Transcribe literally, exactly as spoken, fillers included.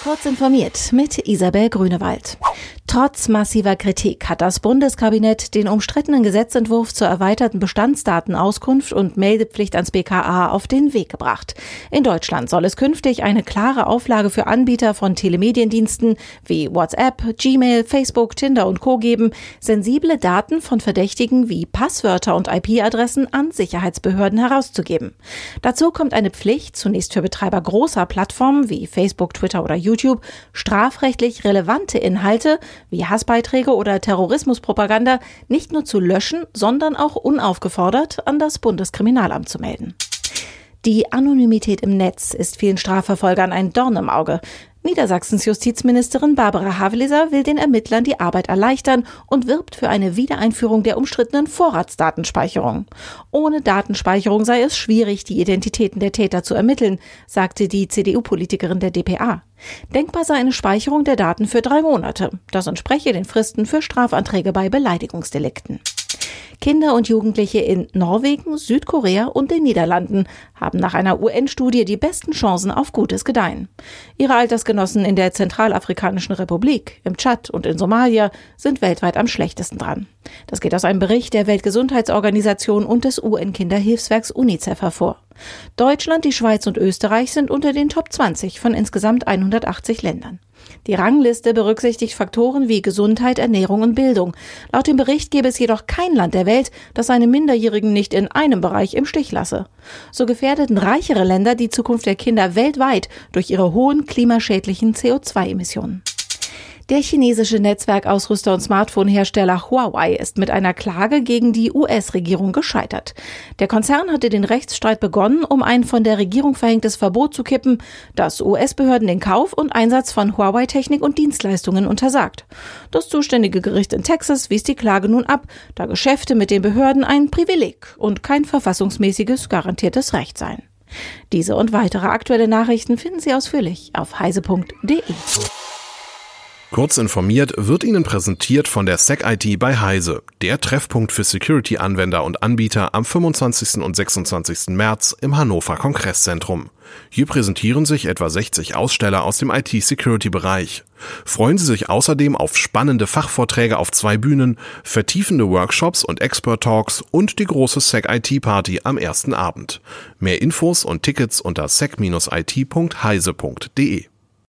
Kurz informiert mit Isabel Grünewald. Trotz massiver Kritik hat das Bundeskabinett den umstrittenen Gesetzentwurf zur erweiterten Bestandsdatenauskunft und Meldepflicht ans B K A auf den Weg gebracht. In Deutschland soll es künftig eine klare Auflage für Anbieter von Telemediendiensten wie WhatsApp, Gmail, Facebook, Tinder und Co. geben, sensible Daten von Verdächtigen wie Passwörter und I P-Adressen an Sicherheitsbehörden herauszugeben. Dazu kommt eine Pflicht, zunächst für Betreiber großer Plattformen wie Facebook, Twitter oder YouTube, strafrechtlich relevante Inhalte wie Hassbeiträge oder Terrorismuspropaganda nicht nur zu löschen, sondern auch unaufgefordert an das Bundeskriminalamt zu melden. Die Anonymität im Netz ist vielen Strafverfolgern ein Dorn im Auge. Niedersachsens Justizministerin Barbara Haveliser will den Ermittlern die Arbeit erleichtern und wirbt für eine Wiedereinführung der umstrittenen Vorratsdatenspeicherung. Ohne Datenspeicherung sei es schwierig, die Identitäten der Täter zu ermitteln, sagte die C D U-Politikerin der d p a. Denkbar sei eine Speicherung der Daten für drei Monate. Das entspreche den Fristen für Strafanträge bei Beleidigungsdelikten. Kinder und Jugendliche in Norwegen, Südkorea und den Niederlanden haben nach einer U N-Studie die besten Chancen auf gutes Gedeihen. Ihre Altersgenossen in der Zentralafrikanischen Republik, im Tschad und in Somalia sind weltweit am schlechtesten dran. Das geht aus einem Bericht der Weltgesundheitsorganisation und des U N-Kinderhilfswerks UNICEF hervor. Deutschland, die Schweiz und Österreich sind unter den Top zwanzig von insgesamt hundertachtzig Ländern. Die Rangliste berücksichtigt Faktoren wie Gesundheit, Ernährung und Bildung. Laut dem Bericht gäbe es jedoch kein Land der Welt, das seine Minderjährigen nicht in einem Bereich im Stich lasse. So gefährdeten reichere Länder die Zukunft der Kinder weltweit durch ihre hohen klimaschädlichen C O zwei Emissionen. Der chinesische Netzwerkausrüster und Smartphone-Hersteller Huawei ist mit einer Klage gegen die U S-Regierung gescheitert. Der Konzern hatte den Rechtsstreit begonnen, um ein von der Regierung verhängtes Verbot zu kippen, das U S-Behörden den Kauf und Einsatz von Huawei-Technik und Dienstleistungen untersagt. Das zuständige Gericht in Texas wies die Klage nun ab, da Geschäfte mit den Behörden ein Privileg und kein verfassungsmäßiges garantiertes Recht seien. Diese und weitere aktuelle Nachrichten finden Sie ausführlich auf heise punkt de. Kurz informiert wird Ihnen präsentiert von der SecIT bei Heise, der Treffpunkt für Security-Anwender und Anbieter am fünfundzwanzigsten und sechsundzwanzigsten März im Hannover Kongresszentrum. Hier präsentieren sich etwa sechzig Aussteller aus dem I T-Security-Bereich. Freuen Sie sich außerdem auf spannende Fachvorträge auf zwei Bühnen, vertiefende Workshops und Expert-Talks und die große SecIT-Party am ersten Abend. Mehr Infos und Tickets unter sec dash it punkt heise punkt de.